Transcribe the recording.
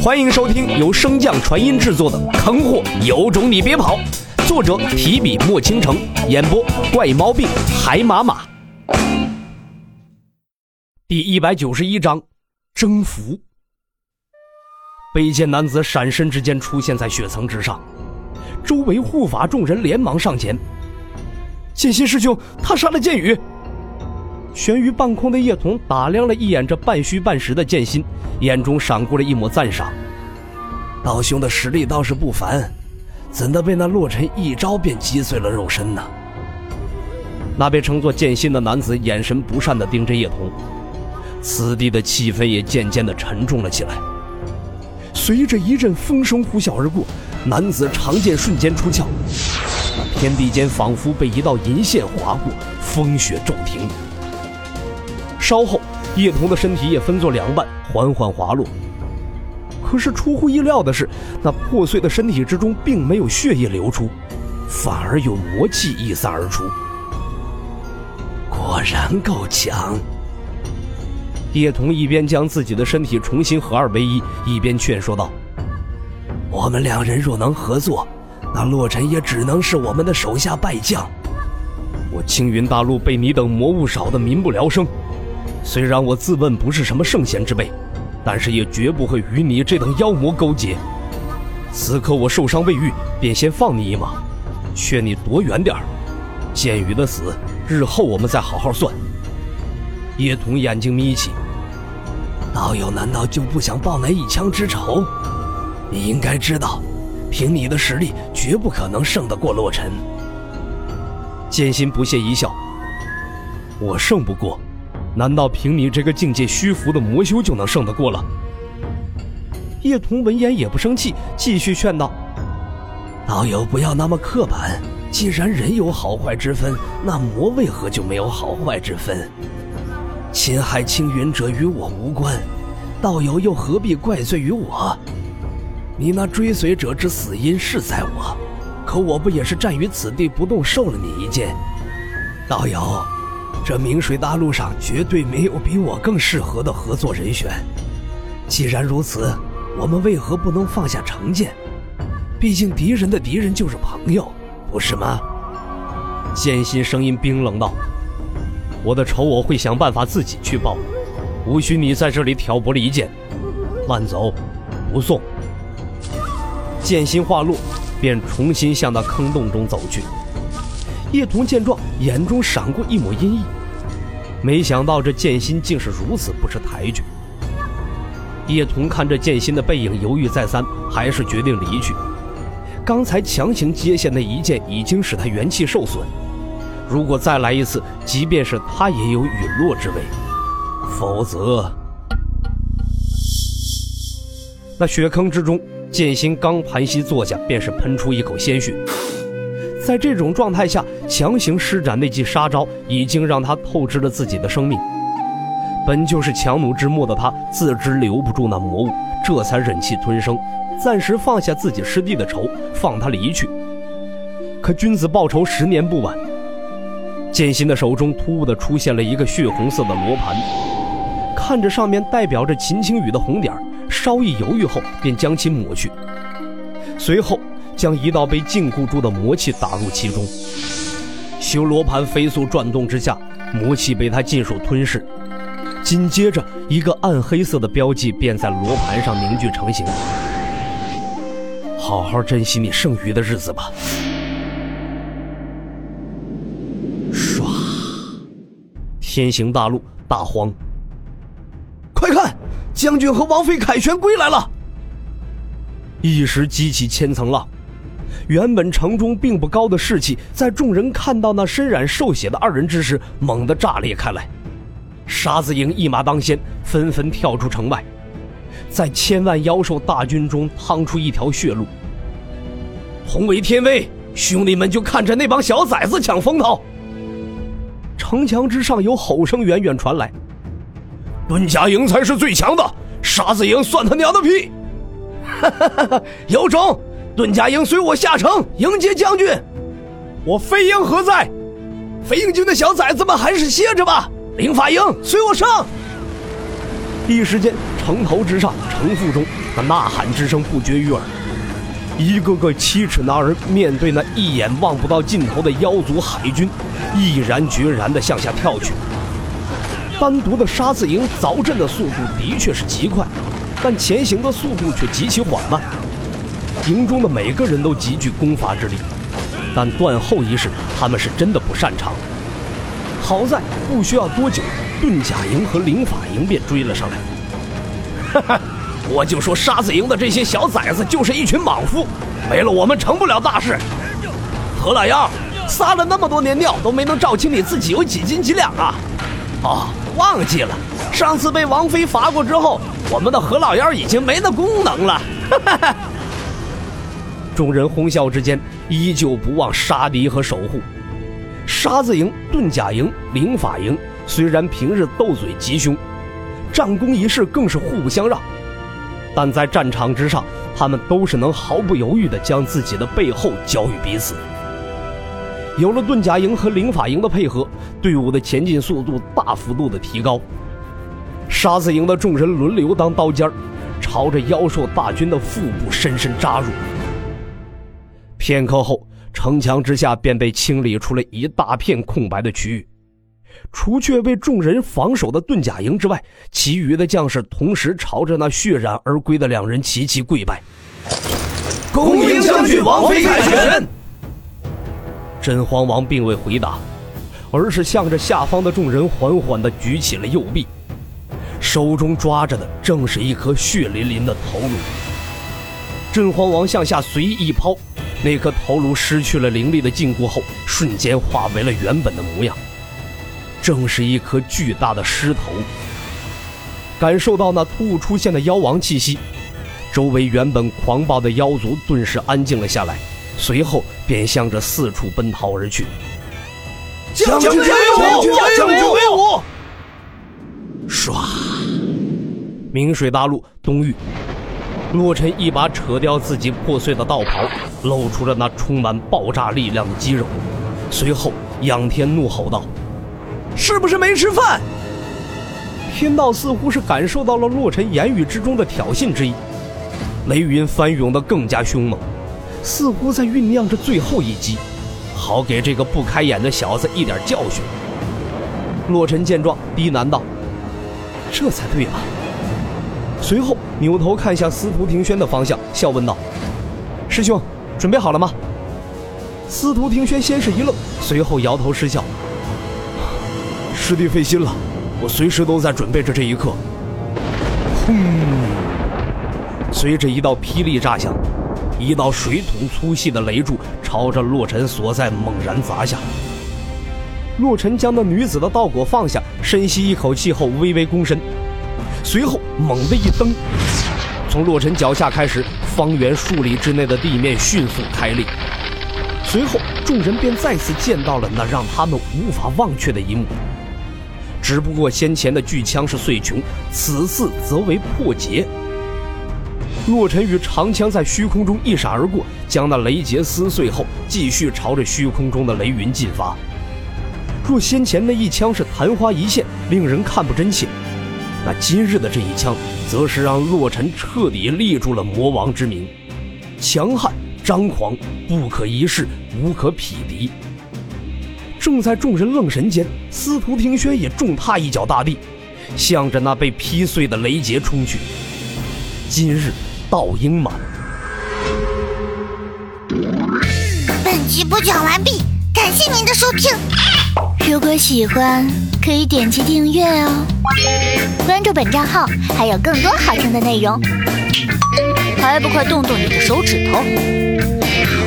欢迎收听由升降传音制作的《坑货有种你别跑》，作者提笔墨倾城，演播怪毛病海马马。第191章征服。卑贱男子闪身之间出现在雪层之上，周围护法众人连忙上前。剑心师兄，他杀了剑雨。悬于半空的叶童打量了一眼这半虚半实的剑心，眼中闪过了一抹赞赏。 道兄的实力倒是不凡，怎的被那洛尘一招便击碎了肉身呢？ 那被称作剑心的男子眼神不善地盯着叶童，此地的气氛也渐渐地沉重了起来。随着一阵风声呼啸而过，男子长剑瞬间出鞘，那天地间仿佛被一道银线划过，风雪骤停。稍后叶童的身体也分作两半，缓缓滑落。可是出乎意料的是，那破碎的身体之中并没有血液流出，反而有魔气溢散而出。 果然够强。 叶童一边将自己的身体重新合二为一，一边劝说道： 我们两人若能合作，那洛尘也只能是我们的手下败将。 我青云大陆被你等魔物少得民不聊生，虽然我自问不是什么圣贤之辈，但是也绝不会与你这等妖魔勾结。此刻我受伤未愈，便先放你一马，劝你躲远点。剑雨的死，日后我们再好好算。叶童眼睛眯起， 道友难道就不想报那一枪之仇？你应该知道，凭你的实力，绝不可能胜得过洛尘。 剑心不屑一笑，我胜不过，难道凭你这个境界虚浮的魔修就能胜得过了？叶童闻言也不生气，继续劝道： 道友不要那么刻板，既然人有好坏之分，那魔为何就没有好坏之分？侵害青云者与我无关，道友又何必怪罪于我？你那追随者之死因是在我，可我不也是站于此地不动受了你一剑？道友，这明水大陆上绝对没有比我更适合的合作人选。既然如此，我们为何不能放下成见？毕竟敌人的敌人就是朋友，不是吗？ 剑心声音冰冷道：我的仇我会想办法自己去报，无需你在这里挑拨离间。慢走，不送。剑心话落，便重新向那坑洞中走去。叶童见状，眼中闪过一抹阴翳，没想到这剑心竟是如此不识抬举。叶童看着剑心的背影犹豫再三，还是决定离去。刚才强行接下那一剑已经使他元气受损，如果再来一次，即便是他也有陨落之危，否则……那雪坑之中，剑心刚盘膝坐下，便是喷出一口鲜血。在这种状态下，强行施展那记杀招，已经让他透支了自己的生命。本就是强弩之末的他，自知留不住那魔物，这才忍气吞声，暂时放下自己师弟的仇，放他离去。可君子报仇，10年不晚。剑心的手中突兀地出现了一个血红色的罗盘，看着上面代表着秦青雨的红点，稍一犹豫后便将其抹去，随后将一道被禁锢住的魔气打入其中。修罗盘飞速转动之下，魔气被他尽数吞噬，紧接着一个暗黑色的标记便在罗盘上凝聚成型。好好珍惜你剩余的日子吧。唰，天行大陆大荒， 快看，将军和王妃凯旋归来了！ 一时激起千层浪，原本城中并不高的士气，在众人看到那身染兽血的二人之时，猛地炸裂开来。沙子营一马当先，纷纷跳出城外，在千万妖兽大军中趟出一条血路。同为天威，兄弟们就看着那帮小崽子抢风头。城墙之上有吼声远远传来：遁甲营才是最强的，沙子营算他娘的屁！ 哈哈哈哈，有种，遁甲营随我下城迎接将军。 我飞鹰何在？ 飞鹰军的小崽子们还是歇着吧，灵法营随我上。 一时间，城头之上、城腹中，那呐喊之声不绝于耳。一个个七尺男儿面对那一眼望不到尽头的妖族海军，毅然决然地向下跳去。单独的沙子营凿阵的速度的确是极快，但前行的速度却极其缓慢。营中的每个人都极具攻伐之力，但断后一式他们是真的不擅长。好在不需要多久，遁甲营和灵法营便追了上来。哈哈，我就说沙子营的这些小崽子就是一群莽夫，没了我们成不了大事。何老幺，撒了那么多年尿都没能照清你自己有几斤几两啊？哦，忘记了，上次被王妃罚过之后，我们的何老幺已经没那功能了。哈哈哈。众人哄笑之间，依旧不忘杀敌和守护。沙子营、遁甲营、灵法营虽然平日斗嘴极凶，战功一事更是互不相让，但在战场之上，他们都是能毫不犹豫地将自己的背后交予彼此。有了遁甲营和灵法营的配合，队伍的前进速度大幅度的提高。沙子营的众人轮流当刀尖，朝着妖兽大军的腹部深深扎入。片刻后，城墙之下便被清理出了一大片空白的区域，除却为众人防守的遁甲营之外，其余的将士同时朝着那血染而归的两人齐齐跪拜。 恭迎将军王妃凯旋。 真皇王并未回答，而是向着下方的众人缓缓地举起了右臂，手中抓着的正是一颗血淋淋的头颅。真皇王向下随意一抛，那颗头颅失去了灵力的禁锢后，瞬间化为了原本的模样，正是一颗巨大的狮头。感受到那突兀出现的妖王气息，周围原本狂暴的妖族顿时安静了下来，随后便向着四处奔逃而去。 将军为伍！将军为伍！ 唰，明水大陆东域，洛尘一把扯掉自己破碎的道袍，露出了那充满爆炸力量的肌肉，随后仰天怒吼道：是不是没吃饭？天道似乎是感受到了洛尘言语之中的挑衅之意，雷云翻涌得更加凶猛，似乎在酝酿着最后一击，好给这个不开眼的小子一点教训。洛尘见状低喃道：这才对吧。随后扭头看向司徒庭轩的方向，笑问道：师兄，准备好了吗？司徒庭轩先是一愣，随后摇头失笑：师弟费心了，我随时都在准备着这一刻。轰！随着一道霹雳炸响，一道水桶粗细的雷柱朝着洛尘所在猛然砸下。洛尘将那女子的道果放下，深吸一口气后微微躬身，随后猛地一蹬，从洛尘脚下开始，方圆数里之内的地面迅速开裂。随后众人便再次见到了那让他们无法忘却的一幕，只不过先前的巨枪是碎穹，此次则为破劫。洛尘与长枪在虚空中一闪而过，将那雷劫撕碎后，继续朝着虚空中的雷云进发。若先前那一枪是昙花一现，令人看不真切，那今日的这一枪则是让洛尘彻底立住了魔王之名，强悍张狂，不可一世，无可匹敌。正在众人愣神间，司徒庭轩也重踏一脚大地，向着那被劈碎的雷劫冲去。今日道英满。 本集播讲完毕，感谢您的收听。如果喜欢，可以点击订阅哦，关注本账号还有更多好听的内容。还不快动动你的手指头！